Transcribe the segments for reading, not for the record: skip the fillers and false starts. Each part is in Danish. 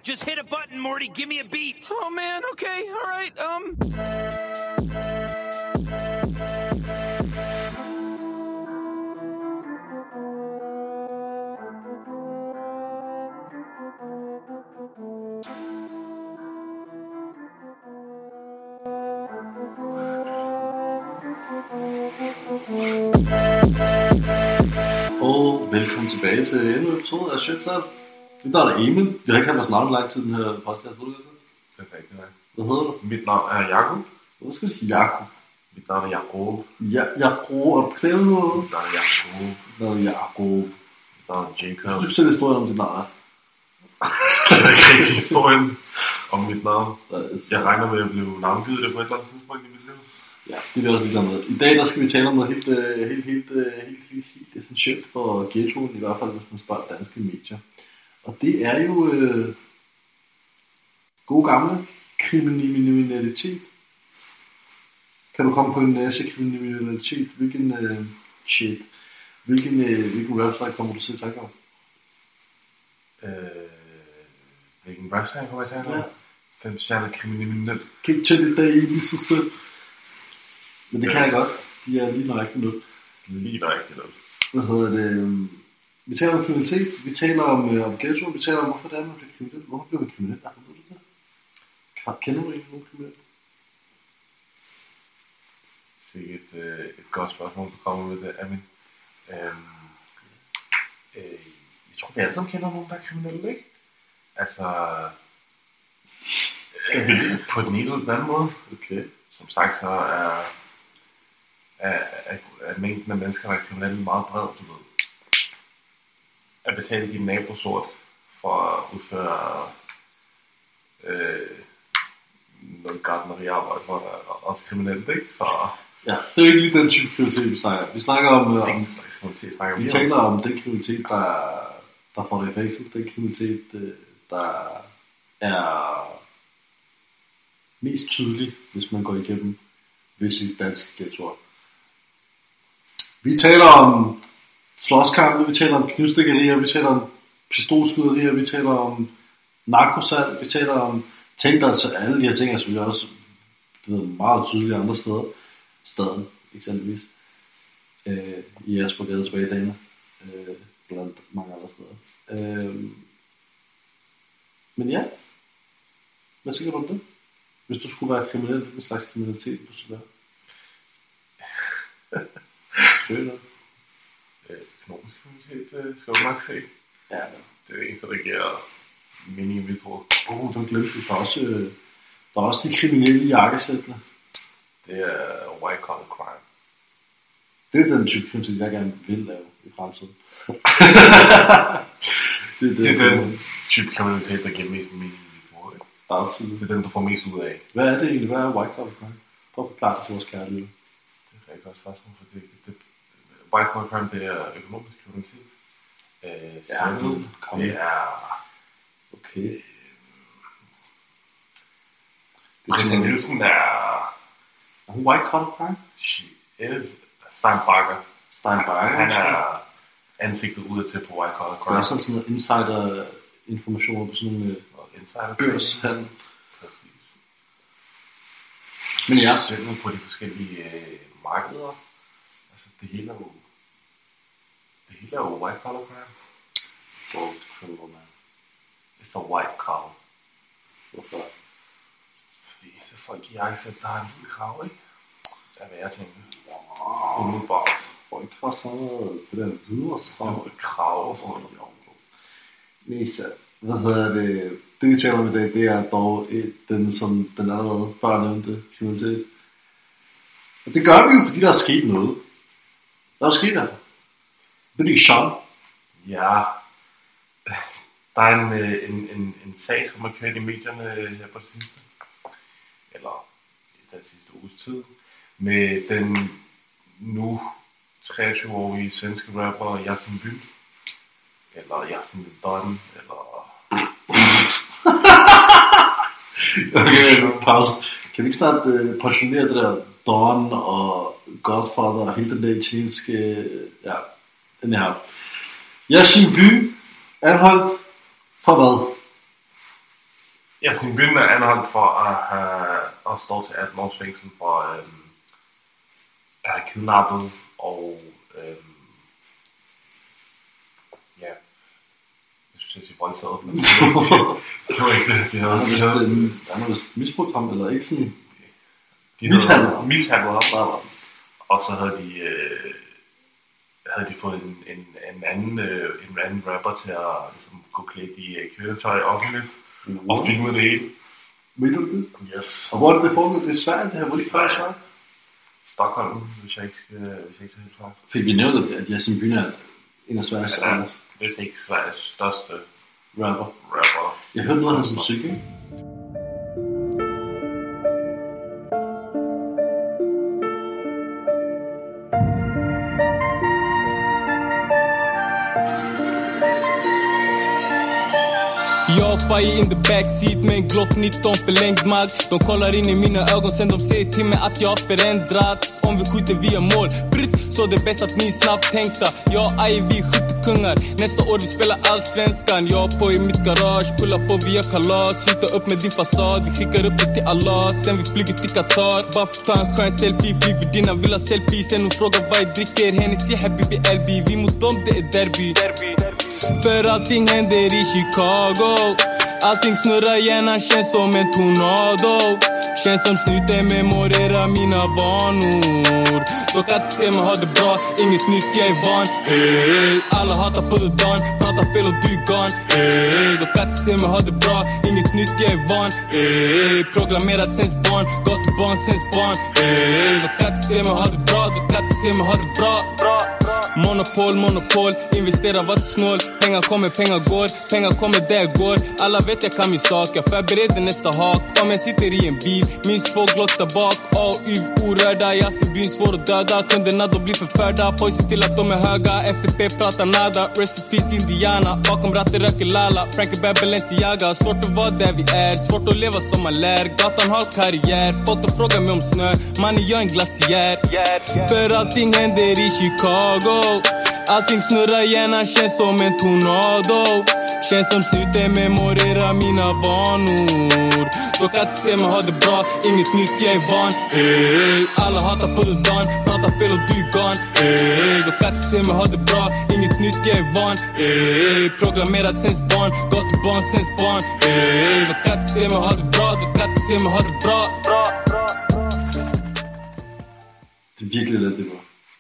Just hit a button, Morty. Give me a beat. Oh man, okay, all right. Og velkommen tilbage til endnu en episode af Shitsat. Mit navn er Emil. Vi har ikke haft vores navn lang tid den her podcast. Ved du det? Det er rigtigt, nej. Hvad hedder du? Mit navn er Jakob. Hvad skal du sige? Jakob. Mit navn er Jakob. Jakob. Er du på stedet nu? Mit navn er Jakob. Hvad er Jakob? Mit navn er Jacob. Du skal historien om dit navn. Det er ikke rigtig historien om mit navn. Jeg regner med at blive navngivet det på et eller andet tidspunkt i mit liv. Ja, det er vi også ligeglade med. I dag der skal vi tale om noget helt essentielt for ghettoen, i hvert fald hvis man spørger danske medier. Og det er jo gode gamle kriminalitet. Kan du komme på en masse kriminalitet? Hvilken website kommer du til at tænke om? Hvilken website kommer jeg til at tænke om? 5 stjerner kriminalitet. Kan ikke tælle i dag i lige så selv. Men det kan jeg godt. De er lige nøjagtigt noget. Lige nøjagtigt noget. Hvad hedder det? Vi taler om kriminalitet. Vi taler om ghetto. Vi taler om, hvorfor det er, man bliver kriminel. Hvorfor bliver man kriminel? Ved du det? Kender du ikke nogen kriminel? Det er et godt spørgsmål, du kommer med det, Amin. Jeg tror, vi alle sammen kender nogen, der er kriminelle, ikke? Altså, på den ene eller den anden måde. Okay. Som sagt, så er mængden af mennesker, der er kriminelle, meget bred, du ved. At betale din nabo sort for at udføre noget gartneriarbejde, hvor der er også kriminelle, ikke? Så ja, det er jo ikke lige den type kriminalitet, vi snakker. Vi snakker om... vi taler om den kriminalitet, der får dig i fængsel. Den kriminalitet, der er mest tydelig, hvis man går igennem visse danske ghettoer. Vi taler om slåskampe, vi taler om knivstikkerier, vi taler om pistolskyderier, vi taler om narkosalg, vi taler om ting, der altså alle de her ting er selvfølgelig også meget tydelige andre steder. Staden, eksempelvis. I Aspergade tilbage i dagene. Blandt mange andre steder. Men ja. Hvad tænker du om det? Hvis du skulle være kriminel, hvilken slags kriminalitet du skulle være? Støtter. Økonomisk kriminalitet skal du nok se. Ja. Det er det eneste, der giver mening, vi tror. Du glemte det. Der er også de kriminelle jakkesættene. Det er white collar crime. Det er den type kriminalitet, jeg gerne vil lave i fremtiden. det er den type kriminalitet, der giver mest mening i dit hoved. Absolut. Det er den, du får mest ud af. Hvad er det egentlig? Hvad er white collar crime? Prøv at forklare det til vores kære lytter. Det er rigtig godt spørgsmål, for white collar crime, det er økonomisk kriminalitet. Det er... Okay. Christian Nielsen er... White collar crime? She is Stein Bakker. Han er ansigtet ud til på white collar crime. Der er sådan noget insider-informationer på sådan nogle børshandel. Præcis. Men ja. Selv på de forskellige markeder. Altså det hele er jo white collar crime. It's all criminal, man. It's a white collar. Hvorfor? Fordi så folk i jakkesæt, der har en lille krav, ikke? Det er hvad jeg tænker. Umiddelbart. Folk har sådan noget, det der videre så. Krav og sådan noget. Næste. Hvad hedder det? Det vi taler om i dag, det er dog den allerede før nævnte kriminalitet. Og det gør vi jo, fordi der er sket noget. Der er sket der. Det er ikke Sean. Ja. Der er en sag, som har kørt i medierne her på det sidste. Eller i den sidste uges tid. Med den nu 23-årige svenske rapper Yasin Byn. Eller Yasin Don. Eller... Okay, pause. Kan vi ikke snart portionere det der Dawn og Godfather og hele den der italienske, ja, den her. Yasin Byn anholdt for hvad? Yasin Byn er anholdt for at stå til 18 års fængsel for at have kidnappet og jeg synes, jeg siger voldtaget, men det var ikke det. Han har vist misbrugt ham, eller ikke sådan... Mishandlet ham. Og så havde de fået en anden rapper til at ligesom, gå klædt i køretøj offentligt og filme det hele. Ved du det? Yes. Og hvor er det foregået? Det er Sverige, det her. Hvor er det fra Sverige? Stockholm, hvis jeg ikke tager helt fra. Fik vi nævnt, at Yasin Byn er en af Sveriges hvis ikke Sveriges største rapper. Jeg hørte noget af hans musik, ikke? Jag fire in the backseat med en Glock 19 förlängd mag. De kollar in i mina ögon sen de säger till mig att jag har förändrats. Om vi skjuter via mål, så det är bäst att ni är snabbt tänkta. Jag är vi skyttekungar, nästa år vi spelar allsvenskan. Jag på i mitt garage, pulla på via kalas. Hita upp med din fasad, vi skickar upp det till Allah. Sen vi flyger till Qatar, bara för ta en skön selfie. Flyg vid dina vill ha selfie, sen hon frågar vad jag dricker. Hennessy, habibi, LB, vi mot dem det är derby. För allting händer i Chicago. Allting snurrar, hjärnan känns som en tornado. Känns som snuten memorerar mina vanor. De kan inte se mig ha det bra, inget nytt jag är van. Hey. Alla hatar på det dagen, pratar fel och du är gone. Hey. De kan inte se mig ha det bra, inget nytt jag är van. Hey. Programmerat sens barn, gatubarn sens barn. Hey. De kan inte se mig ha det bra, de kan inte se mig ha det bra. Monopol, investera var till snål. Pengar kommer där jag går. Alla vet jag kan min sak, jag förbereder nästa hak. Om jag sitter i en bil, minst 2 Glocks där bak. A och U orörda, jag ser byn svår att döda. Kunderna de blir förförda, poison till att de är höga. FTP pratar nada, rest in peace Indiana. Bakom ratten röker Lala, Frankie Balenciaga. Svårt att vara där vi är, svårt att leva som man lär. Gatan har karriär, folk att fråga mig om snö. Man är jag en glaciär. För allting händer i Chicago. Allting snurrar, hjärnan känns som en tornado. Känns som snuten memorerar mina vanor. De kan inte se mig ha det bra, inget nytt jag är van. Hey. Alla hatar på det dagen, pratar fel och du är gone. Hey. De kan inte se mig ha det bra, inget nytt jag är van. Hey. Programmerat sens barn, gatubarn sens barn. Hey. De kan inte se mig ha det bra, de kan inte se mig ha det bra. Det er virkelig let, det var.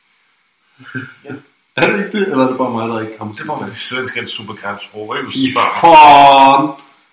Er det ikke det, eller er det bare mig, der ikke har musik? Det var det svenske et super grimt sprog, ikke? Fy faen!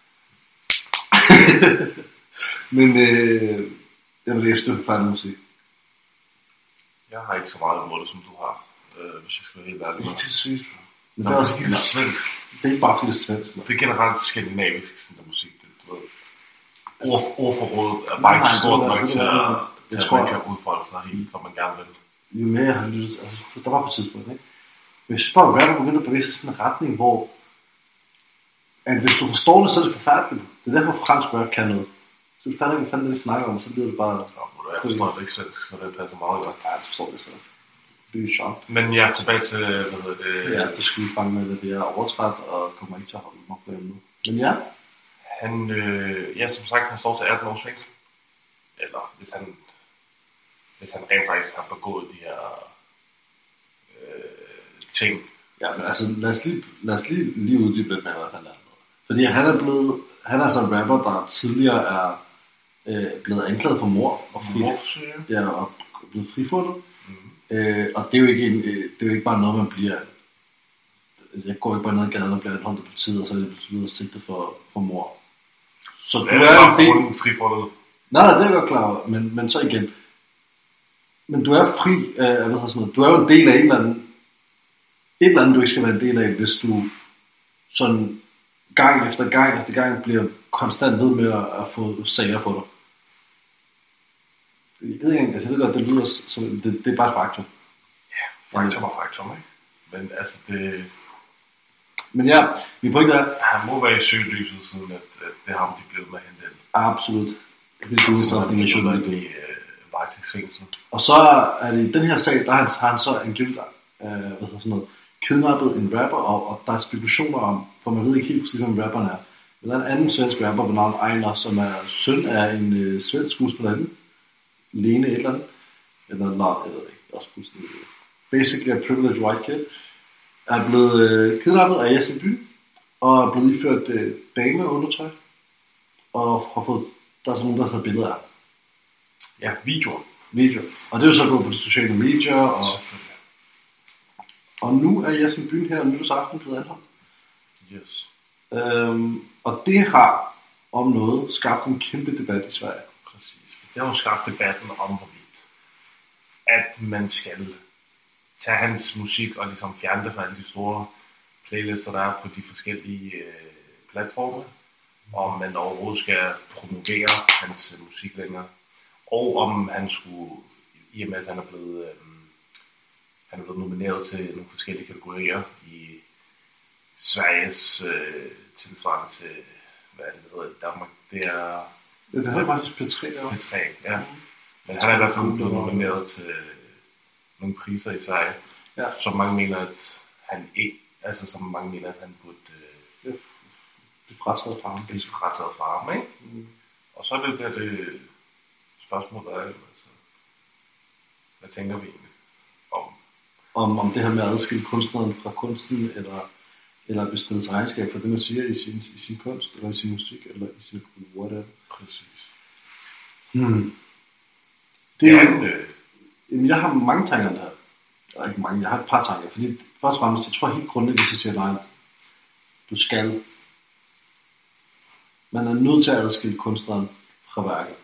Men jeg vil læse det færdig musik. Jeg har ikke så meget imod det, som du har, hvis jeg skal være helt ærlig. Det er sygt, bro. Men det er også svensk. Det er ikke bare fordi det er svensk, man. Det er generelt skandinavisk, sådan der musik. Du ved. Ordforrådet er bare ikke stort nok til at man kan udfolde sig helt, som man gerne vil. Jo mere jeg har lyttet, altså, der var på et tidspunkt, ikke? Men jeg synes bare, at rapper begynder at bevæge sig i sådan en retning, hvor at hvis du forstår det, så er det forfærdeligt. Det er derfor, fransk rap kan noget. Så du fatter ikke, hvad fanden det, de snakker om, så bliver det bare... Jeg forstår det ikke svensk, så det passer meget godt. Ja, jeg forstår det svensk. Det er sjovt. Men jeg er tilbage til, hvad hedder det... Ja, du skulle fange med, at det er overtræt, og kommer ikke til at holde mig på nu. Men ja. Han, ja, som sagt, han står til 18 års fængsel. Eller hvis han rent faktisk har begået de her ting. Ja, men altså, lad os lige uddybe lidt med, hvad han er. Fordi han er sådan en rapper, der tidligere er blevet anklaget for mord og og blevet frifundet. Mm-hmm. Og det er jo ikke bare noget, man bliver... Jeg går ikke bare ned ad gaden og bliver anholdt af politiet, og så er det besluttet at sigte for mord. Så du er en frifundet. Nej, det er jeg godt klar over, men så igen. Men du er fri, du er jo en del af et eller andet, du ikke skal være en del af, hvis du sådan gang efter gang bliver konstant ved med at få sager på dig. Jeg ved godt, det lyder som, det er bare et faktum. Ja, faktum, ikke? Men altså det... Men ja, min pointe er... Han må være i søgelyset, siden at det har de blevet med at hente. Absolut. Det er jo something you should not do. Varetægtsfængsel. Og så er det i den her sag, der har han så angiveligt kidnappet en rapper, og der er spekulationer om, for man ved ikke helt præcis, hvem rapperen er, Der er en anden svensk rapper ved navn Einar, som er søn af en svensk skuespillerinde. Lene et eller andet. Eller nej, jeg ved ikke. Også fuldstændig. Basically a privileged white kid. Er blevet kidnappet af Jesper By. Og er blevet iført dameundertøj. Og har fået... Der er sådan nogen, der har taget billeder af. Ja, videoer. Og det er jo så gået på de sociale medier. Og nu er Jesper By her nytårsaften blevet anholdt. Yes. Og det har om noget skabt en kæmpe debat i Sverige. Præcis. Det har jo skabt debatten om hvorvidt, at man skal tage hans musik og ligesom fjerne det fra alle de store playlister, der er på de forskellige platforme, og om man overhovedet skal promovere hans musik længere, og om han skulle, i og med at han er blevet nomineret til nogle forskellige kategorier i Sveriges tilsvarende til, hvad er det hedder i Danmark, det er... Ja, det hedder faktisk P3, ja. P3, ja. Men han er i hvert fald blevet nomineret til nogle priser i Sverige, ja. Som mange mener, at han ikke, altså som mange mener, at han burde blive frataget fra ham. Blive frataget fra ham, ikke? Mm. Og så er det jo det spørgsmål, der er, altså, hvad tænker vi egentlig om det her med at adskille kunstneren fra kunsten, eller bestille sig regnskab for det, man siger i sin kunst, eller i sin musik, eller i sin whatever. Præcis. Det er jo, jeg har mange tanker om det her. Eller ikke mange, jeg har et par tanker. Fordi først og fremmest, jeg tror helt grundlæggende, så siger nej, du skal. Man er nødt til at adskille kunstneren fra værket.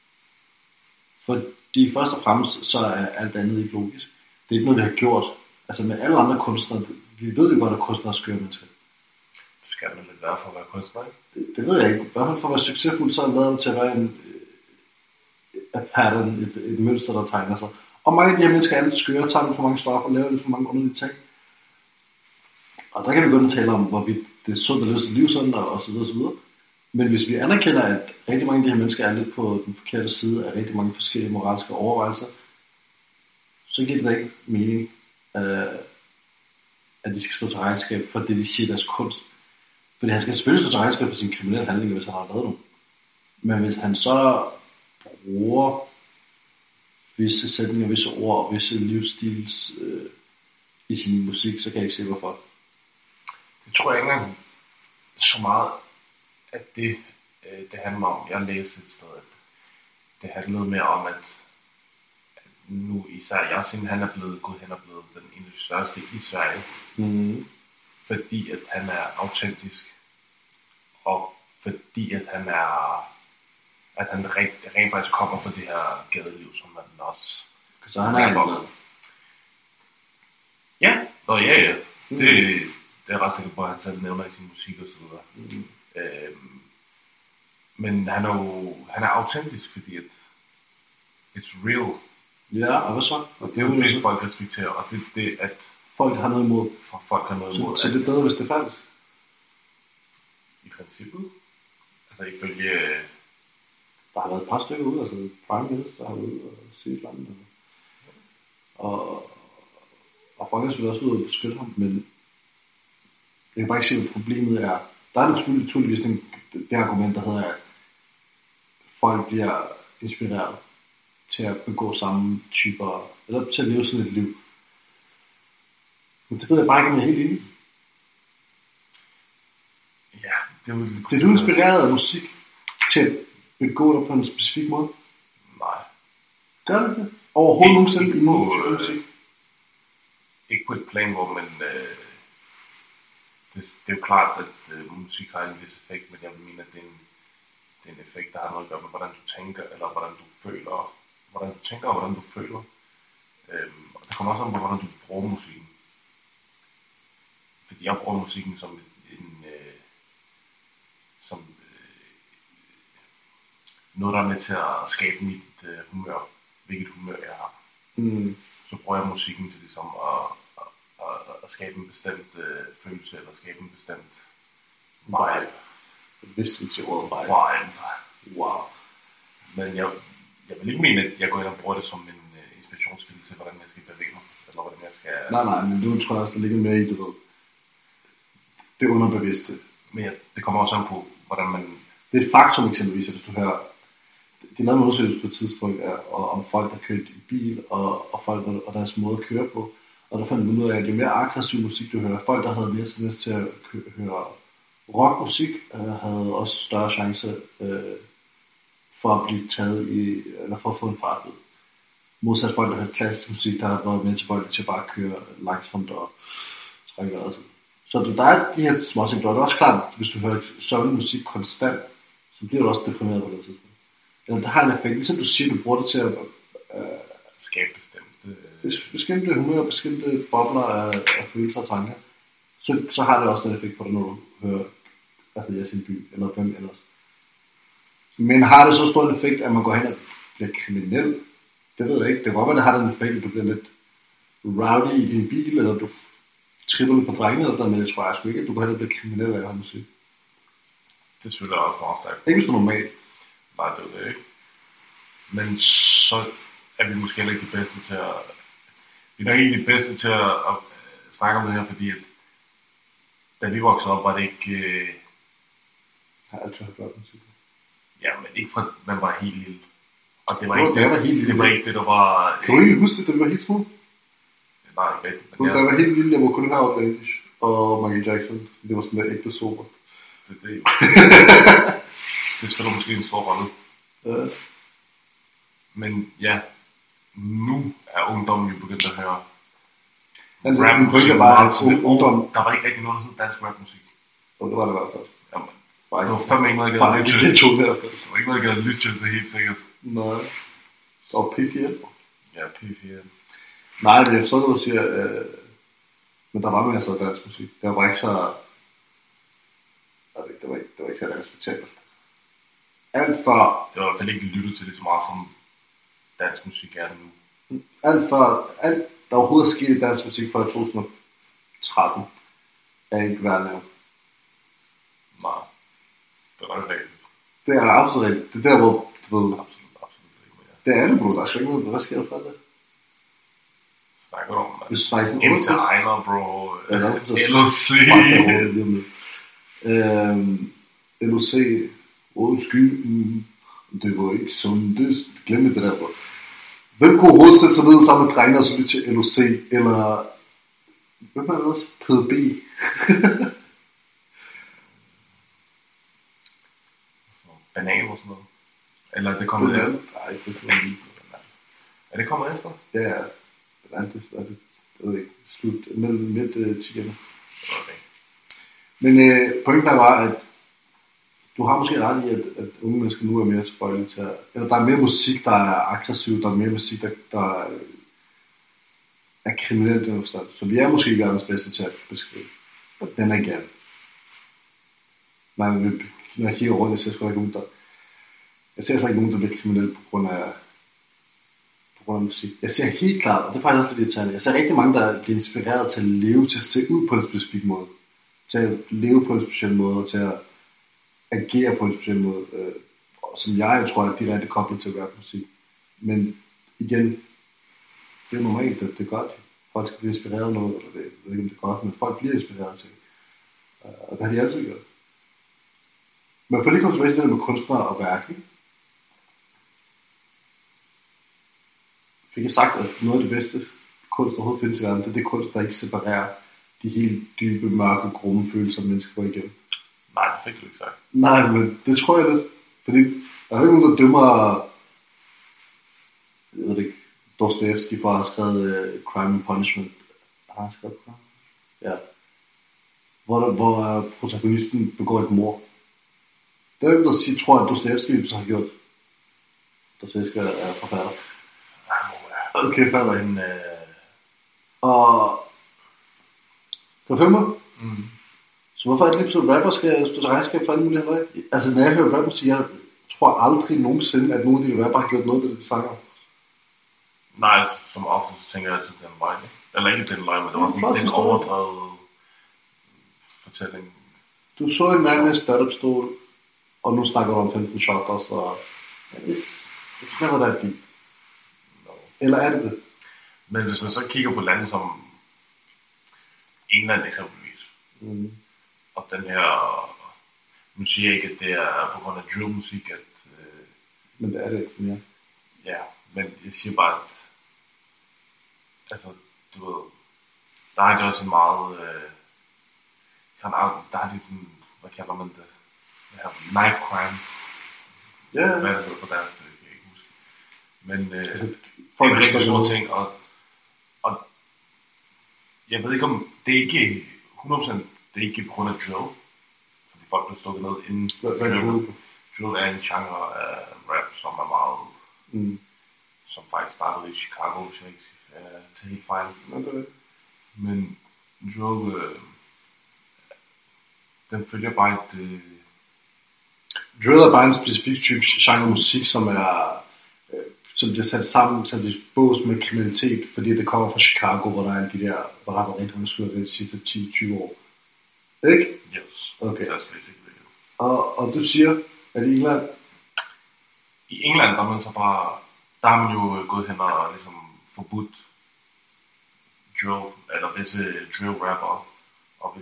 Fordi først og fremmest, så er alt andet ikke logisk. Det er ikke noget, vi har gjort. Altså med alle andre kunstnere, vi ved jo godt, at kunstnere skører mennesker. Det skal man lidt være for at være kunstner, ikke? Det ved jeg ikke. I hvert fald for at være succesfuld, så er det lavet til at være en pattern, et mønster, der tegner sig. Og mange af de her mennesker er lidt skøre, tager lidt for mange straffer, laver lidt for mange underlige ting. Og der kan vi godt tale om, hvorvidt det er sundt at leve sit liv sådan, og så videre, så videre. Men hvis vi anerkender, at rigtig mange af de her mennesker er lidt på den forkerte side af rigtig mange forskellige moralske overvejelser, så giver det da ikke mening, at de skal stå til regnskab for det, de siger deres kunst. Fordi han skal selvfølgelig stå til regnskab for sin kriminelle handling, hvis han har lavet nogen. Men hvis han så bruger visse sætninger, visse ord og visse livsstils i sin musik, så kan jeg ikke se hvorfor. Det tror jeg ikke engang så meget, at det handler om. Jeg læste et sted, at det handlede mere om, at nu især jeg synes, han er blevet gået hen og blevet den en af de største i Sverige. Mm. Fordi at han er autentisk. Og fordi at han er rent faktisk kommer fra det her gadeliv, som man også... Så han er ikke. Ja, ja. Mm. Det er ret sikkert på, at han selv nævner i sin musik og så videre. Mm. Men han er autentisk, fordi at it's real. Ja, og hvad så? Og det er jo det, folk respekterer, og det at folk har noget imod. Folk har noget imod. Så det er bedre, hvis det er falsk? I princippet. Altså ifølge... Der har været et par stykker ude, altså Prime Minister har været ude og sige et eller andet. Og folk er selvfølgelig også ude og beskytte ham, men jeg kan bare ikke se, hvad problemet er. Der er naturligvis det argument, der hedder, at folk bliver inspireret til at begå samme typer, eller til at leve sådan et liv. Men det ved jeg bare ikke, om jeg er helt enig. Ja, det er jo... Det er du inspireret af musik til at begå dig på en specifik måde? Nej. Gør det det? Overhovedet nogensinde imod musik? Ikke på et plan, hvor man... Det er jo klart, at musik har en vis effekt, men jeg vil mene, at det er en effekt, der har noget at gøre med, hvordan du tænker, eller hvordan du føler. Hvordan du tænker, og hvordan du føler. Og det kommer også an på, hvordan du bruger musikken. Fordi jeg bruger musikken som noget, der er med til at skabe mit humør. Hvilket humør jeg har. Mm. Så bruger jeg musikken til ligesom at skabe en bestemt følelse, eller skabe en bestemt vibe. Hvis du til ordet vibe. Wow. Men jeg vil ikke mene, at jeg går ind og bruger det som en inspirationskilde til, hvordan jeg skal bevæge mig. Eller hvordan jeg skal... Nej, men det tror jeg også, der ligger mere i, du ved. Det underbevidste. Men det kommer også an på, hvordan man... Det er et faktum eksempelvis, at hvis du hører... Det er noget med undersøgelse på et tidspunkt om folk, der kørt i bil, og folk og deres måde at køre på. Og der fandt man ud af, at jo mere aggressiv musik du hører, folk, der havde mere tendens til at høre rockmusik, havde også større chance for at blive taget i, eller for at få en fartbøde. Modsat folk, der hørte klassisk musik, der har været mere tilbøjelige til at bare køre langsomt og trække vejret. Så der er de her små ting. Det er også klart, at hvis du hører sådan musik konstant, så bliver du også deprimeret på det tidspunkt. Eller det har en effekt. Ligesom du siger, du bruger det til at skabe bestemte humør, bestemte bobler af følelser og tanker. Så har det også en effekt på det, når du hører Jeg sin by, eller hvem ellers. Men har det så stor en effekt, at man går hen og bliver kriminel? Det ved jeg ikke. Det kan godt være, at det har den effekt, at du bliver lidt rowdy i din bil, eller du tripper lidt på drengene, eller der med, det tror jeg sgu ikke, at du går hen og bliver kriminel af at have musik. Det er selvfølgelig også meget stærkt. Ikke hvis du er normalt. Nej, det er det ikke. Men så er vi måske heller ikke de bedste til at... Vi er nok ikke de bedste til at snakke om det her, fordi at da vi voksede op, var det ikke... Har jeg altid hørt musik? Ja, men ikke fra man var helt lille. Og det var ikke det, der var... Kan du ikke huske det, da vi var helt små? Nej, ikke rigtigt. Da jeg var helt lille, jeg må kun høre Outlandish og Michael Jackson. Det var sådan der ægte sober. Det jo. Det spiller måske en stor rolle. Ja. Men ja, nu er ungdommen jo begyndt at høre rapmusik. Der var ikke rigtig noget, der hed dansk rapmusik. Og det var det i hvert fald. Jamen, det var fandme ikke noget, jeg gad lytte til. Det var ikke noget, jeg gad lytte til, det er helt sikkert. Nej. Og P4. Ja, P4. Nej, men jeg forstår, hvad du siger. Men der var masser af dansk musik. Det var bare ikke så... Det var ikke så respektabelt. Alt for... Det var i hvert fald ikke lyttet til det så meget, som dansk musik er det nu. Alt, der overhovedet er sket i dansk musik fra 2013, er ikke værd nævnt. Nej, det er nok rigtigt. Det er absolut rigtigt. Det er der, hvor du ved... Absolut ikke mere. Det er det, bro. Der er slet ikke noget. Hvad sker der fra det? Snakker du om, Hvis du snakker sådan... MC Ejner, bro. LOC. LOC. Undskyld. Det var ikke sådan. Glem det der, bro. Hvem kunne overhovedet sætte sig ned sammen med drengene og så lytte til LOC? Eller... Hvem er det også? PDB. Banan og sådan noget. Eller er det kommet efter? Nej, det er sådan lige. Er det kommet efter? Ja, banan, det er det. Jeg ved ikke. Slut mellem midt-tierne. Okay. Men pointen var, at du har måske ret i, at unge mennesker nu er mere tilbøjelige til at... Eller der er mere musik, der er aggressiv, der er mere musik, der er kriminelt i den forstand. Så vi er måske ikke verdens bedste til at beskrive den igen. Men når jeg kigger rundt, jeg ser sgu ikke nogen, der... Jeg ser altså ikke nogen, der bliver kriminel på grund af musik. Jeg ser helt klart, og det er faktisk også lidt irriterende, jeg ser rigtig mange, der bliver inspireret til at leve, til at se ud på en specifik måde. Til at leve på en speciel måde, og til at agere på en speciel måde, som jeg tror er direkte koblet til at være musik. Men igen, det er normalt, at det er godt. Folk skal blive inspireret af noget, eller det, jeg ved ikke, om det er godt, men folk bliver inspireret til det. Og det har de altid gjort. Men for lige at komme tilbage til det med kunstnere og værk, ikke? Fik jeg sagt, at noget af det bedste kunst, der overhovedet findes i verden, det er det kunst, der ikke separerer de helt dybe, mørke, grumme følelser, mennesker går igennem. Nej, det fik du ikke sagt. Nej, men det tror jeg lidt. Fordi der er ikke nogen, der dømmer, jeg ved ikke, Dostoyevsky for at have skrevet Crime and Punishment. Har han skrevet Crime? Ja. Hvor protagonisten begår et mord. Det er jo ikke, der tror, at Dostoyevsky så har gjort. Dostoyevsky er forfatter. Okay, fair nok. Og på filmer? Så hvorfor er det lige så, at rapper skal stå til regnskab for alle mulige her? Altså, når jeg hører rapper sige, jeg tror aldrig nogensinde, at nogen af de rapper har gjort noget, det de snakker om. Nej, som ofte tænker jeg altid den vej. Eller ikke den vej, men det var sådan en overdrevet fortælling. Du så en mand med en spærtopstol, og nu snakker du om 15 shotters, og it's never that deep. No. Eller er det? Men hvis man så kigger på lande som England eksempelvis, og den her Nu siger jeg ikke, at det er på grund af drillmusik, at... Men det er det ikke mere. Ja, men jeg siger bare, at... Altså, du ved... Der er det også en meget... der er det sådan... Hvad kalder man det? Knife crime. Ja. Hvad er det på dansk? Det kan jeg ikke huske. Men Altså, det er en rigtig stor ting, og jeg ved ikke om... Det er ikke 100%... Det er ikke på grund af drill. Fordi folk bliver stukket ned inden... Hvad er drill? Drill er en genre af rap, som er meget... Som faktisk startede i Chicago, hvis jeg ikke tager helt fejl. Okay. Men drill... den følger bare et... Drill er bare en specifik type genre musik, som bliver sat sammen, så det bås med kriminalitet, fordi det kommer fra Chicago, hvor der er de der, hvor der har været rigtig underskud de sidste 10-20 år. Ikke? Yes. Okay. Det er basically det. Og du siger, at i England? I England, der har man jo gået hen og ligesom forbudt drill, eller visse drill rapper, og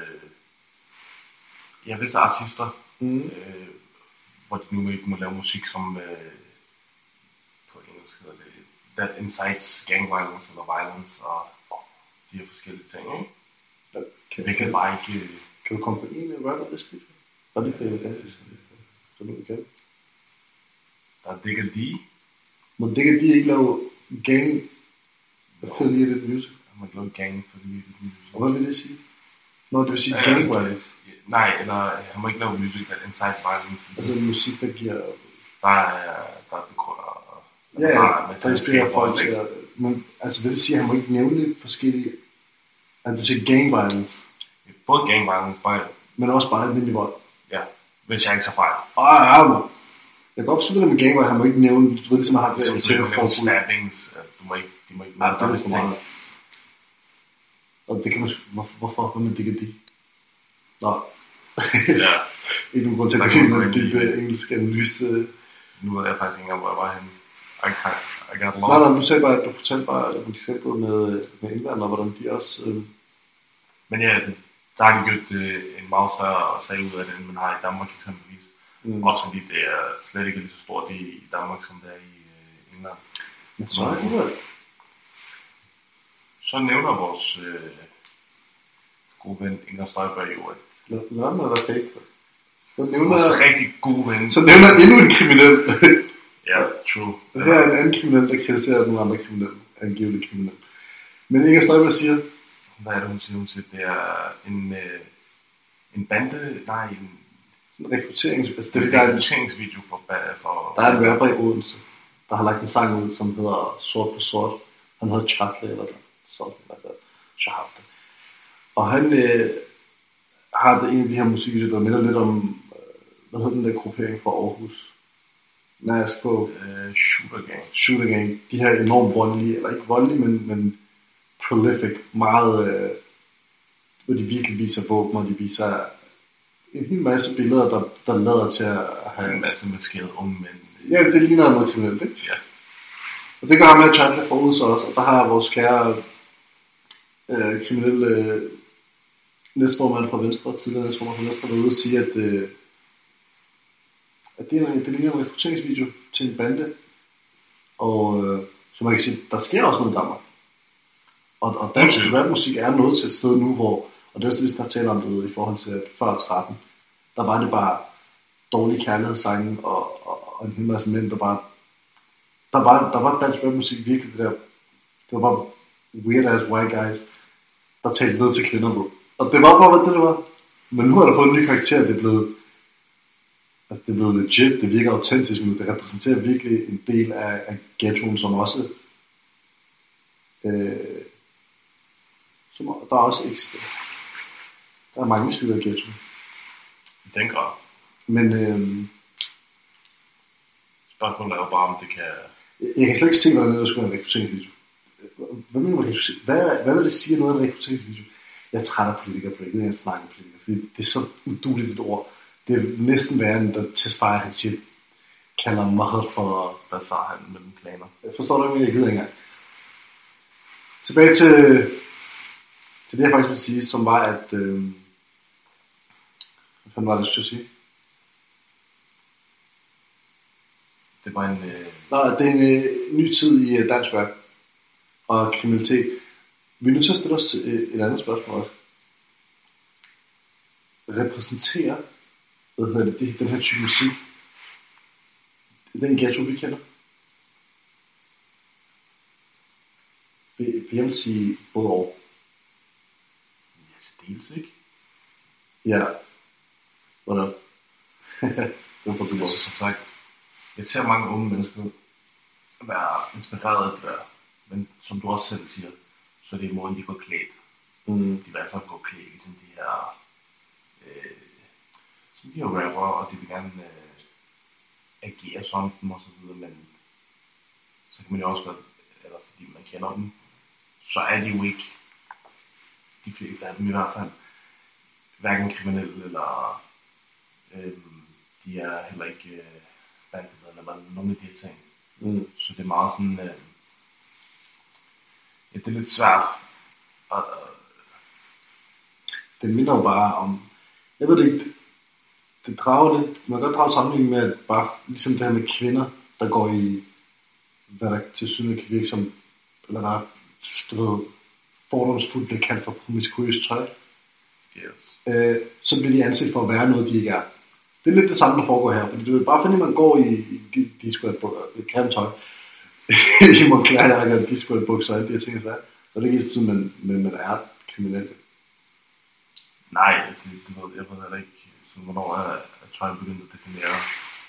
visse artister, hvor de nu ikke må lave musik, som på engelsk hedder det, that incites gang violence eller violence, og de her forskellige ting, ikke? Det kan bare ikke... Kan du komme på en rapper, det skal og det kan jeg gerne, så nu kan. Der er Digga D. Men det kan de ikke lave gang affiliated music? Man kan lave gang affiliated music. Og hvad vil det sige? Nå, det vil sige gang violence. Nej, eller han må ikke lave musik, that incites violence. Altså musik, der giver... Der er bekrunder... Ja, der inspirerer folk til at... Men, altså vil det sige, at han må ikke nævne forskellige... At du siger gang violence? Både gang violence, bare... Men også bare almindelig vold? Ja, hvis jeg ikke så fejl. Jeg kan godt forstå det med gang, hvor han må ikke nævne... Du ved ligesom, at han har det til forbud. Stabbings, de må ikke nævne det. Det er for meget. Og det kan man... Hvorfor? Hvad med Digga D? Nå. Ja. Ikke nogen grund til at gå ind i en engelsk analyse. Nu ved jeg faktisk ikke engang, hvor jeg var henne. I got lost. Nej, du fortalte bare om eksemplet med England, og hvordan de også... Men ja, der har de gjort en meget større sag ud af det, end man har i Danmark eksempelvis. Også fordi det er slet ikke lige så stort i Danmark, som det er i England. Men så er det. Så nævner vores gode ven Inger Støjberg jo, at... Lad mig være fake. Vores rigtig gode ven. Så nævner endnu en kriminel. Ja, true. Det her er en anden kriminel, der kritiserer nogle andre kriminelle. Angiveligt kriminel. Men Inger Støjberg siger... Hvad er det, hun siger? Hun siger, det er en bande... Nej, en rekrutteringsvideo. Altså, det er en rekrutteringsvideo for... Der er en rapper i Odense, der har lagt en sang ud, som hedder Sort på Sort. Han hedder Chatle, eller sådan noget. Chatle. Og han har det en af de her musikvideoer, der minder lidt om... Hvad hedder den der gruppering fra Aarhus? Mask på... Shooter Gang. De her enormt voldelige, eller ikke voldelige, men prolific. Meget... hvor de virkelig viser våben, og de viser en hel masse billeder, der lader til at have... En masse maskeret unge mænd. Ja, det ligner noget kriminelt, ikke? Ja. Og det gør ham med Chatle forud så også, og der har vores kære kriminelle næstformand fra Venstre, tidligere næstformand fra Venstre, været ude og sige, at det ligner en rekrutteringsvideo til en bande, og så man kan sige, der sker også noget i Danmark. Og dansk rapmusik er nået til et sted nu, hvor, og det er også det, der taler om det i forhold til, at før 13, der var det bare dårlige kærlighedssange, og en hel masse mænd, der var dansk rapmusik virkelig det der, det var bare weird ass white guys, der talte ned til kvinder på. Og det var bare, hvad det var. Men nu har der fået en ny karakter, det er blevet legit, det virker autentisk, men det repræsenterer virkelig en del af ghettoen, som også der også eksisterer. Der er mange sider af ghettoen. I den grad. Men spørgsmålet er jo bare, om det kan... Jeg kan slet ikke se, hvordan det skulle være en rekrutteringsvideo. Hvad vil det sige noget af en rekrutteringsvideo? Jeg er træt af politikere på det, jeg snakker om politikere, fordi det er så uduligt et ord. Det er næsten værre, end da Tesfaye, han siger, kalder Mahad for... Hvad sagde han med den planer? Jeg forstår det ikke, jeg gider ikke engang. Tilbage til det, jeg faktisk vil sige, som var, at... Hvad fanden var det, jeg skulle sige? Det var en... Nej, det er en ny tid i dansk rap og kriminalitet. Vi er nødt til at stille os et andet spørgsmål også. Repræsenterer den her type musik den ghetto, vi kender? Jeg vil sige både og. Ja, dels ikke. Ja. Hvordan? Det får du også. Som sagt, jeg ser mange unge mennesker være inspireret af det der. Men som du også selv siger, så er det i måden, de går klædt. De vil altså gå klædt i de her som de her rapper, og de vil gerne agere som dem og så videre, men så kan man jo også godt, eller fordi man kender dem, så er de jo ikke, de fleste af dem i hvert fald, hverken kriminelle eller de er heller ikke bandheder eller nogle af de her ting. Så det er meget sådan, ja, det er lidt svært. Det minder jo bare om, jeg ved det ikke, det drager lidt, man kan godt drage sammenligning med, at bare ligesom det her med kvinder, der går i, hvad der til syne kan virke som, eller der, du ved, fordomsfuldt bliver kaldt for promiskuøst tøj. Yes. Så bliver de anset for at være noget, de ikke er. Det er lidt det samme, der foregår her, fordi du ved, bare fordi man går i disco et grimt tøj, i Moncler-jakker og disco-bukser og alle de her ting, så er det ikke helt sådan, at man er kriminel. Nej, altså, jeg ved heller ikke, så hvornår er tøj begyndt at definere,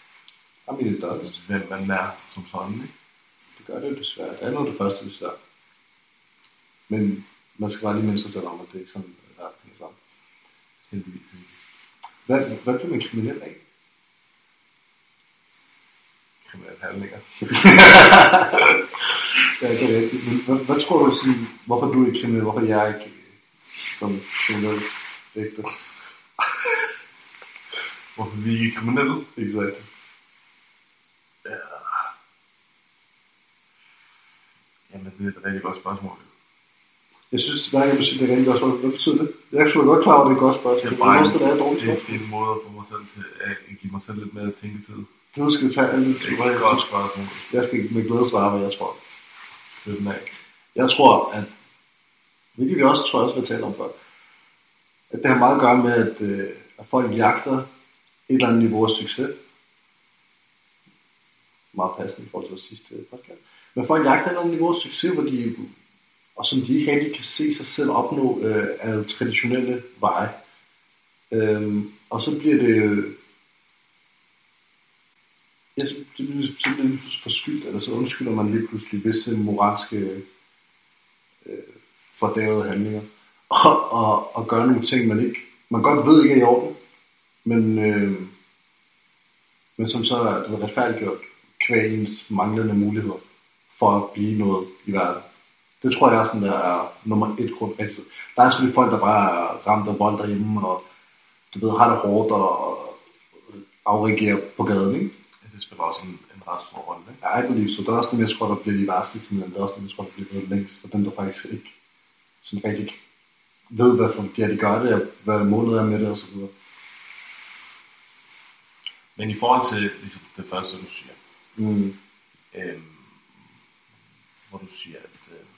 hvem man er som sådan, ikke? Det gør det jo desværre. Det er noget af det første, vi ser. Men man skal bare lige minde sig selv om, at det er ikke sådan, at det hænger sammen. Heldigvis ikke. Hvad bliver man kriminel af? Kriminelle handlinger. Ja, det er rigtigt. Men hvad tror du, sådan, hvorfor du er kriminel, hvorfor jeg ikke som kriminel? Ægte. Hvorfor vi ikke er kriminelle? Exakt. Ja. Jamen, det er et rigtig godt spørgsmål. Jeg synes, hver gang du siger, det er rigtig godt spørgsmål. Hvad betyder det? Jeg er sgu godt klar over, det er et godt spørgsmål. Det er bare det er en måde at få mig selv til at give mig selv lidt mere tænketid. Du skal tage alle det. Det er et godt spørgsmål. Jeg skal med glæde svare, hvad jeg tror. Det er den af. Jeg tror, at hvilket vi også tror, jeg også vil tale om før, at det har meget at gøre med, at folk jagter et eller andet niveau af succes. Meget passende i forhold til vores sidste podcast. Men folk jagter et eller andet niveau af succes, hvor og som de ikke rigtig kan se sig selv opnå af traditionelle veje. Og så bliver det så bliver det forskyldt, eller så undskylder man lige pludselig visse moralske fordærvede handlinger. Og gøre nogle ting, man godt ved ikke er i orden, men som så er retfærdiggjort kvæg ens manglende muligheder for at blive noget i verden. Det tror jeg sådan, der er nummer 1 grund. Der er selvfølgelig folk, der bare er ramt af vold derhjemme, og du ved, har det hårdt og afreagerer på gaden, ikke? Ja, det spiller også en ret stor rolle, ikke? Ja, jeg believe, så der er også dem, jeg tror, der bliver de værste kriminelle. Der er også dem, jeg tror, der bliver længst, for dem, der faktisk ikke sådan rigtig ved, hvad for de gør det, og hvad målet er med det, og så videre. Men i forhold til ligesom det første, du siger, hvor du siger, at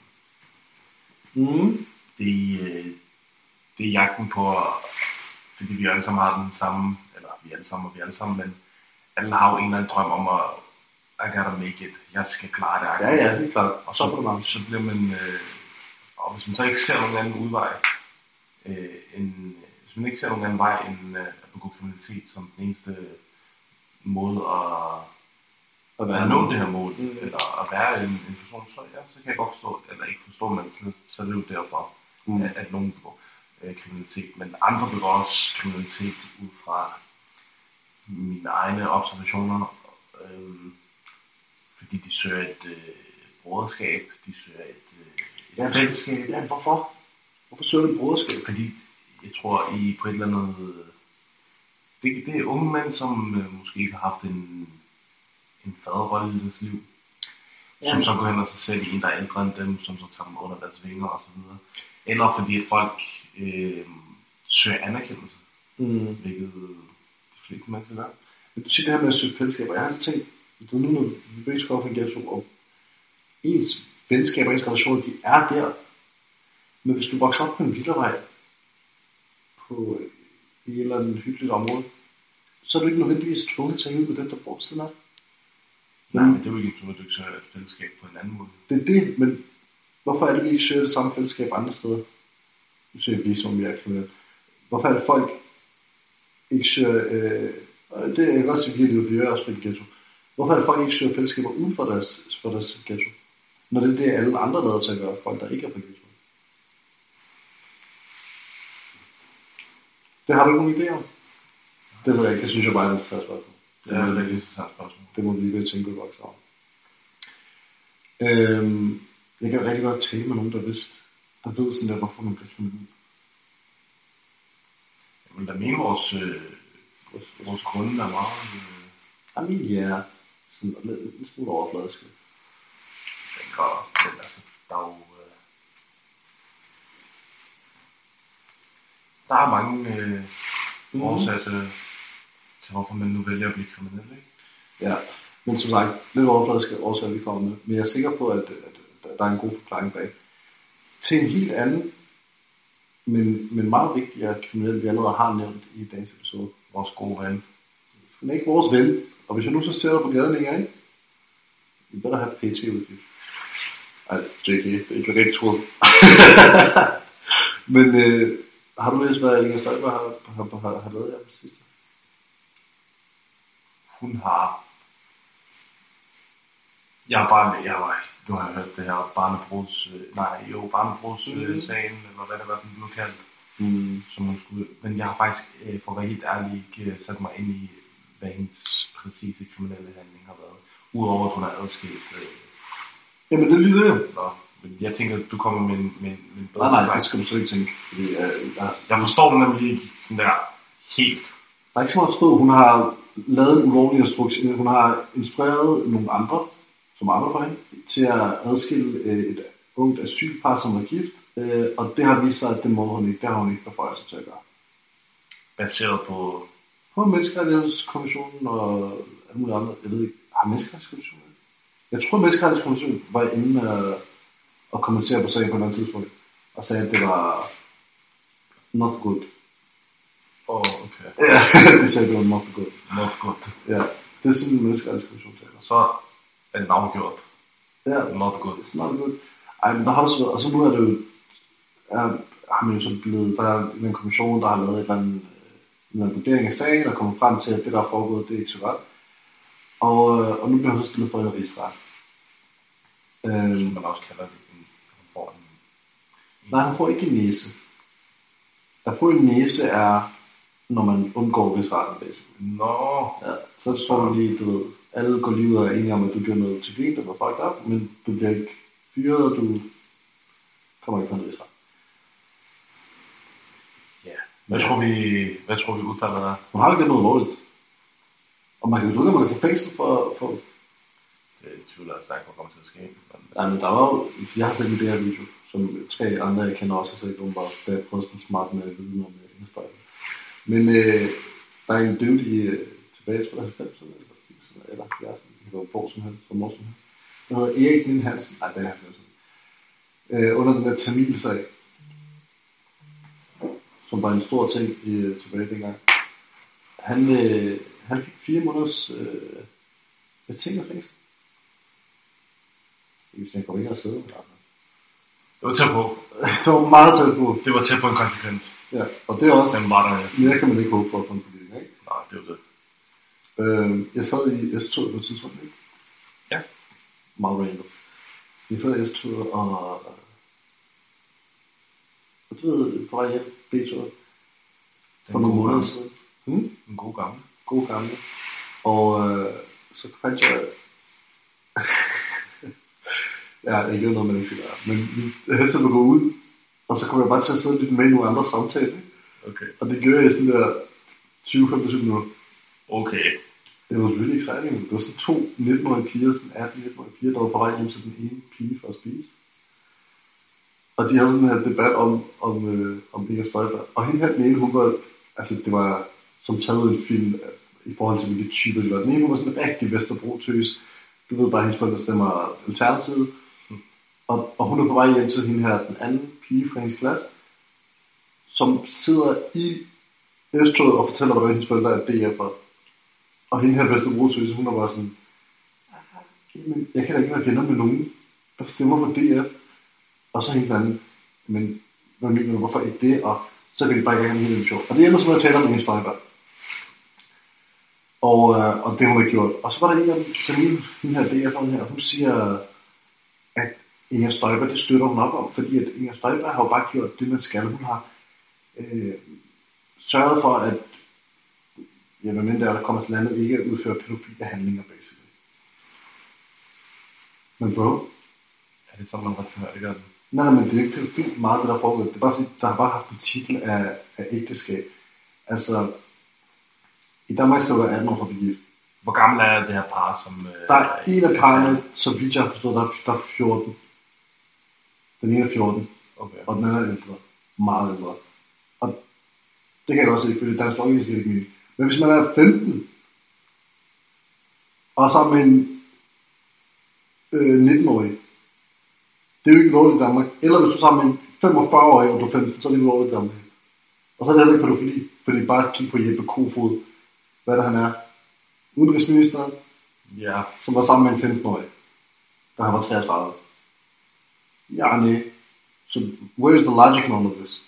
det er jagten på, fordi vi alle sammen har den samme, eller vi alle sammen, men alle har jo en eller anden drøm om at I gotta make it, jeg skal klare det. Ja, det er klart. Og så bliver man, og hvis man så ikke ser nogen anden udvej, hvis man ikke ser nogen anden vej end at begå kriminalitet som den eneste måde at nå det her mål, eller at være en person, så kan jeg godt forstå, eller ikke forstå, men så er det jo derfor, at nogen begår kriminalitet. Men andre begår også kriminalitet ud fra mine egne observationer, fordi de søger et broderskab, de søger et fællesskab. Ja, hvorfor? Hvorfor søger du et broderskab? Fordi jeg tror, I på et eller andet... Det er unge mænd, som måske ikke har haft en faderrolle i deres liv, som så går hen og så ser de en, der er ældre end dem, som så tager dem under deres vinger og så videre. Eller fordi at folk søger anerkendelse, hvilket de fleste mennesker gør. Men du siger det her med at søge fællesskaber. Jeg har altid tænkt, det er nu, når vi begge skal op i en ghetto, og ens venskab og ens relationer, de er der. Men hvis du vokser op på en villavej, på i et eller andet hyggeligt område, så er du ikke nødvendigvis tvunget til at hænge ud med dem, der bor ved siden af. Nej, men det er jo ikke, at du ikke søger et fællesskab på en anden måde. Det er det, men hvorfor er det, vi ikke søger det samme fællesskab andre steder? Nu ser vi som vi er kriminelle. Hvorfor er det folk ikke søger... det er jeg godt sige virkelig, for jeg er også fra ghetto. Hvorfor er det folk ikke søger fællesskaber uden for deres ghetto? Når det er det, alle andre lader til at gøre, folk der ikke er fra ghetto. Det har du ikke nogen idé om? Det ved jeg ikke, det synes jeg bare er et interessant spørgsmål. Det er et rigtig interessant spørgsmål. Det må vi lige tænke ud vokse om. Jeg kan rigtig godt tale med nogen, der ved sådan der, hvorfor man bliver kriminel. Jeg vil da mene, vores kunde er meget... Jamen ja, sådan en smule overfladisk. Den gør, men altså, der er jo... Der er mange årsager til, hvorfor man nu vælger at blive kriminel, ikke? Ja, men som sagt, lidt overfladiske årsager, vi kommer med. Men jeg er sikker på, at der er en god forklaring bag. Til en helt anden, men meget vigtigere kriminel, vi allerede har nævnt i dagens episode. Vores gode ven. Han er ikke vores ven. Og hvis jeg nu så ser dig på gaden længere, ikke? You better have PT with you. Ej, JK, det er ikke rigtig troet. Men har du læst, hvad Inger Støjberg har lavet her på det sidste? Hun har... Du har hørt det her barnebrudssagen, eller hvad det var, den blev kaldt. Som hun skulle... Men jeg har faktisk, for at være helt ærlig, ikke sat mig ind i, hvad hendes præcise kriminelle handling har været. Udover at hun har adskilt... Jamen det er lige det. Nå, men jeg tænker, at du kommer med en bedre... Nej, det skal du slet ikke tænke. Fordi, jeg forstår den nemlig ikke sådan der helt. Der er ikke så meget at forstå. Hun har lavet en ulovlig instruktion. Hun har instrueret nogle andre, som arbejder for hende, til at adskille et ungt asylpar, som er gift. Og det har vist sig, at det har hun ikke beføjelser til at gøre. Baseret på... På menneskerettighedskommissionen og alle mulige andre. Jeg ved ikke, har menneskerettighedskommissionen? Jeg tror, at menneskerettighedskommissionen var inde og kommentere på sagen på et andet tidspunkt. Og sagde, at det var not good. Okay. Ja, det sagde, at det var not good. Not good. Ja, det er sådan en menneskerettighedskommission. Så er det afgjort. Ja, not good. It's not good. Ej, men der har også været, og så nu er det jo, har man jo så blevet, der er en kommission, der har lavet en eller anden vurdering af sagen, og kommer frem til, at det, der er foregået, det er ikke så godt. Og nu bliver hun så stillet for en rigsret. Som man også kalder det, Nej, han får ikke en næse. At få en næse er, når man undgår rigsretten, basically. Nå. Ja, så får man lige, du ved, alle går lige ud og er enige om, at du gør noget til grin, der var fucked up, men du bliver ikke fyret, og du kommer ikke på en rigsret. Ja. Hvad tror vi udfaldet er? Hun har jo ikke noget lovligt. Og man kan jo få fængsel for... Det tvivler jeg stærkt, hvor kommer til at ske. Nej, men der var jo... Jeg har set det her video, som 3 andre, jeg kender også, har set nogen bare prøvet at spille smart med viden om Ingerstøj. Men der er en døvlig tilbage, tror jeg, 90'erne, eller 80'erne, eller 70'erne, det kan være hvor som helst, hvor som helst. Der hedder Erik Niel Hansen. Nej, det er 90'erne. Under den der Tamil-sag, som var en stor ting tilbage dengang. Han fik 4 måneders betinget fængsel. Hvis jeg kommer ikke at sidde. Det var tæt på. Det var meget tæt på. Det var tæt på en konsekvens. Ja, og det er også... Den var der. Mere kan man ikke håbe for at få en politiker, ikke? Nej, det er jo det. Jeg sad i S2 på et tidspunkt, ikke? Ja. Meget random. Jeg sad i S2 og du ved, på vej hjem, B2. For nogle måneder siden. En god gamle. God gamle. Og så fandt jeg... ja, det er noget, man ikke skal gøre. Men jeg havde sådan at gå ud, og så kom jeg bare til at sidde lidt med i nogle andre samtaler. Okay. Og det gjorde jeg i sådan der 20-25 minutter. Okay. Det var really exciting. Det var sådan 2 19-årige piger, sådan 18-19-årige piger, der var på vej hjem til den ene pige for at spise. Og de havde sådan en debat om Inger Støjberg. Og hende her den ene, hun var, altså det var som taget en film i forhold til hvilke typer de var. Den ene var sådan en rigtig Vesterbro-tøs. Du ved bare, at hendes forældre stemmer Alternativet. Og hun er på vej hjem til hende her, den anden pige fra hendes klasse, som sidder i S-toget og fortæller, hvordan hendes forældre er DF'er. Og hende her Vesterbro-tøs, hun er bare sådan, jeg kan da ikke være venner med nogen, der stemmer på DF. Og så hende den anden, men hvad mener du, hvorfor ikke det? Og så kan de bare ikke have en helt sjov. Og det ender som at tale om Inger Støjberg. Og det hun har gjort. Og så var der en af den her DF'eren her, hun siger, at Inger Støjberg, det støtter hun op om, fordi at Inger Støjberg har jo bare gjort det, man skal. Hun har sørget for, at men der kommer til landet, ikke at udføre pædofile handlinger, basically. Men bro, er det så, man retfærdiggør den? Nej, men det er ikke pædofilt meget, det der foregår. Det er bare fordi, der har bare haft en titel af ægteskab. Altså, i Danmark skal du være 18 år for at blive gift. Hvor gammel er det her par, som... Der er en af parerne, som vidt jeg har forstået, der er 14. Den ene er 14, okay. Og den anden er ældre. Meget ældre. Og det kan jeg også se, fordi dansk lovgivning skal ikke mening. Men hvis man er 15, og sammen med en 19-årig, det er jo ikke lovligt i Danmark. Eller hvis du er sammen med en 45-årig, og du er 15, så er det ikke lovligt i Danmark. Og så er det heller ikke pædofili, fordi bare kig på Jeppe Kofod, hvad der han er. Udenrigsministeren, ja. Som var sammen med en 15-årig, da han var 33. Ja, nej. Så where is the logic in all of this?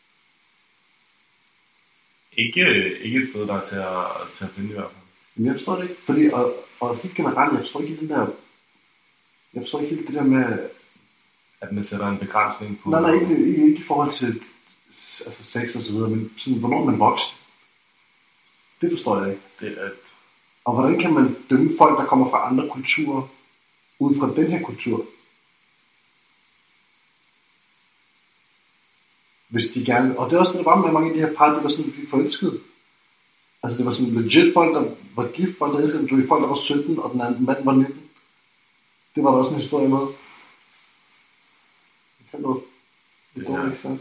Ikke et sted, der er til at finde i hvert fald. Men jeg forstår det ikke, fordi, og helt generelt, jeg forstår ikke helt det der med... At man sætter en begrænsning på... Nej, ikke i forhold til altså sex og så videre, men sådan, hvornår er man voksen? Det forstår jeg ikke. Det er Og hvordan kan man dømme folk, der kommer fra andre kulturer, ud fra den her kultur? Hvis de gerne... Og det er også det, der var med mange af de her par, de var sådan, vi forelskede. Altså det var sådan legit folk, der var gift, folk der elskede. Det var folk, der var 17, og den anden mand var 19. Det var der også en historie med. Kan du... Det er ikke sense.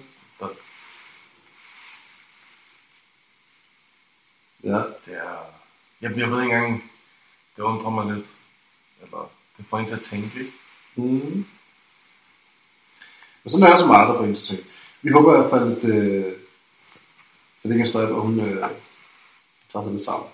Ja. Det er... Jeg ved ikke engang... Det undrer mig lidt. Eller... Det får en til at tænke, ikke? Mm. Men sådan er der så meget, der får en til at tænke. Vi håber i hvert fald, at Inger Støjberg, hun tager sig det sammen.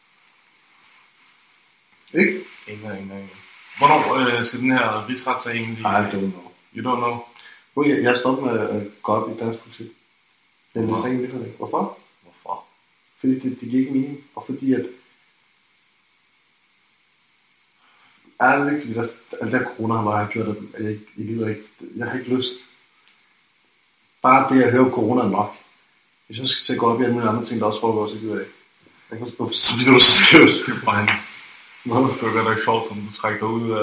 Ikke? Ingen. Hvornår skal den her rigsretssag egentlig... I don't know. You don't know? Jeg er stoppet med at gå op i dansk politik. Jeg vil sige virkelig ikke. Hvorfor? Fordi det giver ikke mening. Og fordi at... Er det ikke, fordi alt der corona har gjort, at jeg gider ikke... Jeg har ikke lyst. Bare det at høre om corona er nok. Hvis jeg skal til at gå op i alle mulige andre ting, der også foregår, så gider jeg ikke. Jeg kan forstå, så bliver du så skævt. Det er bare det var godt nok sjovt, som du trækker dig ud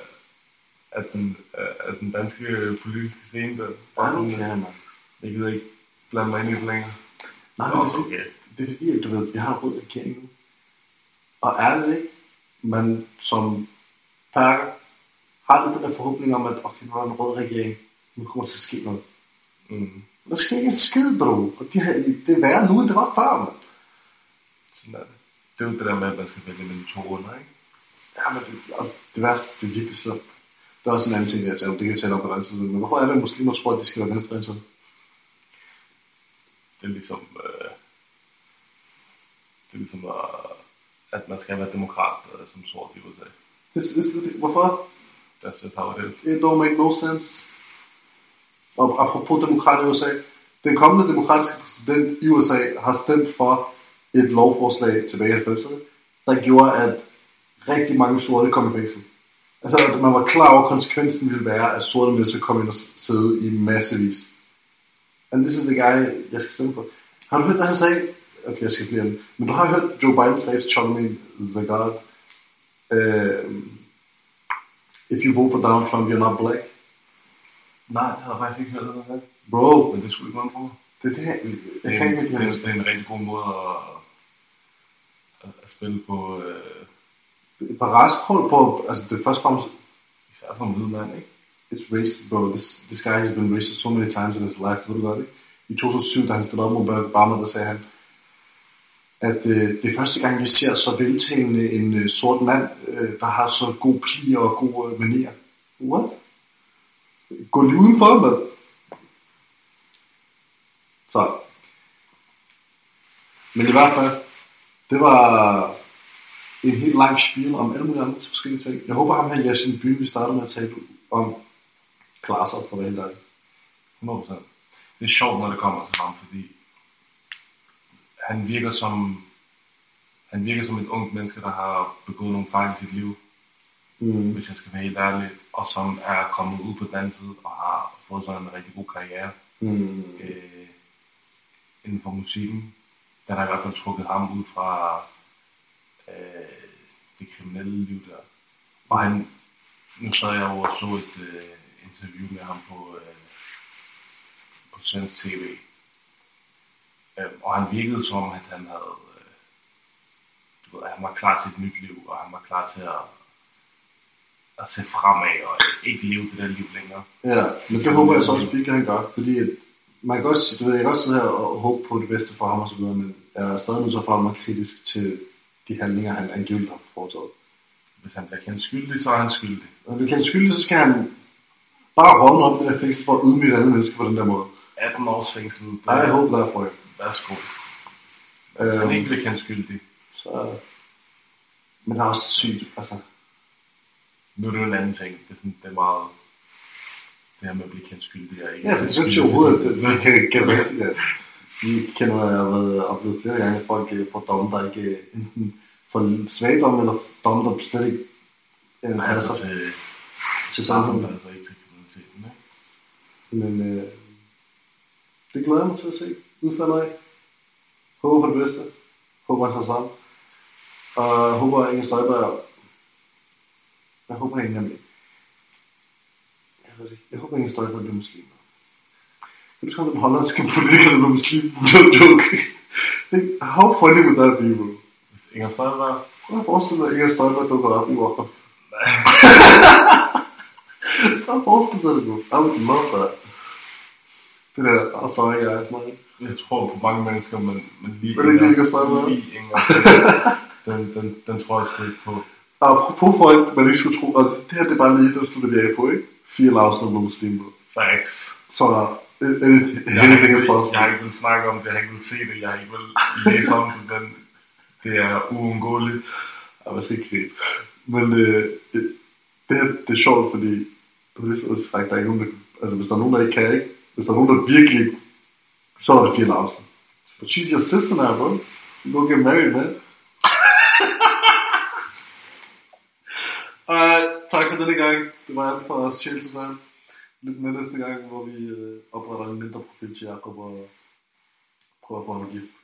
af den danske politiske scene. Der. Jeg gider ikke blande mig ind i det længere. Nej, men det er fordi, at du ved, vi har en rød regering nu. Og er det ikke, man som perker har lidt den der forhåbning om, at okay, nu er en rød regering, nu kommer til at ske noget. Mm. Der sker ikke en skid, bro. Og det er værre nu, end det var før, man. Sådan er det. Det er jo det der med, at man skal vælge mellem 2 runder, ikke? Ja, men det værste, det er virkelig slemt. Der er også en anden ting, jeg taler om. Det kan vi tale om på den anden side. Men hvorfor er det, at muslimer tror, at de skal være venstreorienterede? Det er ligesom... at man skal være demokrat som sort i USA. Hvorfor? That's just how it is. It don't make no sense. Og apropos demokrat i USA. Den kommende demokratiske præsident i USA har stemt for et lovforslag tilbage i 90'erne, der gjorde, at rigtig mange sorte kom i fængsel. Altså, at man var klar over, at konsekvensen ville være, at sorte mennesker kom ind og sidde i massevis. And this is the guy, jeg skal stemme på. Har du hørt, hvad han sagde? Okay, jeg skal blive den. Men du har hørt Joe Biden sige til Charlamagne the God, if you vote for Donald Trump, you're not black. Nej, det havde jeg faktisk ikke hørt det. Bro. Men det skulle ikke være på. Det er en rigtig god måde at spille på... På raskrål på, altså det er først fremmest... Især for en hvid mand, ikke? It's racist, bro. This guy has been racist so many times in his life, ved du godt, ikke? I 2007, da han stillede op mod Barack Obama, der sagde han, at det er første gang, vi ser så veltalende en sort mand, der har så god pli og god manier. What? Gå lige udenfor, mand. Så. Men i hvert fald, det var en helt lang spil om alle mulige andre forskellige ting. Jeg håber, ham her Yasin Byn, vi starter med at tale om klasser på hvad helt der. 100%. Det er sjovt, når det kommer til ham, fordi han virker som et ungt menneske, der har begået nogle fejl i sit liv, hvis jeg skal være helt ærlig, og som er kommet ud på den anden side og har fået sådan en rigtig god karriere inden for musikken. Den har i hvert fald trukket ham ud fra det kriminelle liv der. Og nu sad jeg over og så et interview med ham på svensk tv. Og han virkede som om, at han havde, han var klar til et nyt liv, og han var klar til at se fremad og ikke leve det der liv længere. Ja, men det håber jeg så også, at han gør, fordi man kan godt, jeg kan godt sidde her og håbe på det bedste for ham og så videre, men jeg er stadig nødt til at forholde mig kritisk til de handlinger, han angiveligt har foretaget. Hvis han bliver kendt skyldig, så er han skyldig. Hvis han bliver kendt skyldig, så skal han bare rådne op i det der fængsel for at ydmyge alle mennesker på den der måde. 18 års fængsel. Jeg håber derfor. Værsgo. Hvis han ikke bliver kendt skyldig. Så. Men det er også sygt, altså. Nu er det jo en anden ting. Det er meget det her med at blive kendt skyldig. Ja, for det synes jeg overhovedet, at det kan være rigtigt. Ja. Vi kender, at jeg har været oplevet flere gange, at folk får domme, der ikke enten for svagdom, eller domme, der slet ikke passer til samfundet. Altså ikke til kriminaliteten, ikke? Men det glæder jeg mig til at se udfaldet af. Håber på det bedste. Håber han tager sammen. Og håber Inger Støjberg. Jeg håber ingen af mig. Jeg håber Inger Støjberg bliver muslim. Kan du skrive den hollandske politiker, der bliver muslim? No joke. How funny would that be, bro? Hvis Inger Støjberg... Jeg forestiller mig, at Inger Støjberg dukker op i Walker. Jeg forestiller det, bro. I would love that. Det der, sorry, jeg er meget. Jeg tror på mange mennesker, men lige Inger Støjberg. Den tror jeg sgu ikke på. Apropos folk, man ikke skulle tro, og det her det er bare lige, der slutter vi af på, ikke? 4 lavsnede med muslimer. Facts. Så jeg har ikke vil snakke om det, jeg har ikke vil se det, jeg har ikke vil læse om det, men det er uundgåeligt. Jeg var ikke helt. Men det her, det er sjovt, fordi på det stedet sagt, der er ikke nogen, der, altså hvis der er nogen, der ikke kan, ikke? Hvis der er nogen, der virkelig, så er det 4 lavsnede. But she's your sister now, bro. You go get married, man. Tak for denne gang. Det var alt for os sjæl til sammen. Lidt med næste gang, hvor vi opretter en mindre profil til Jacob og prøver at få ham gift.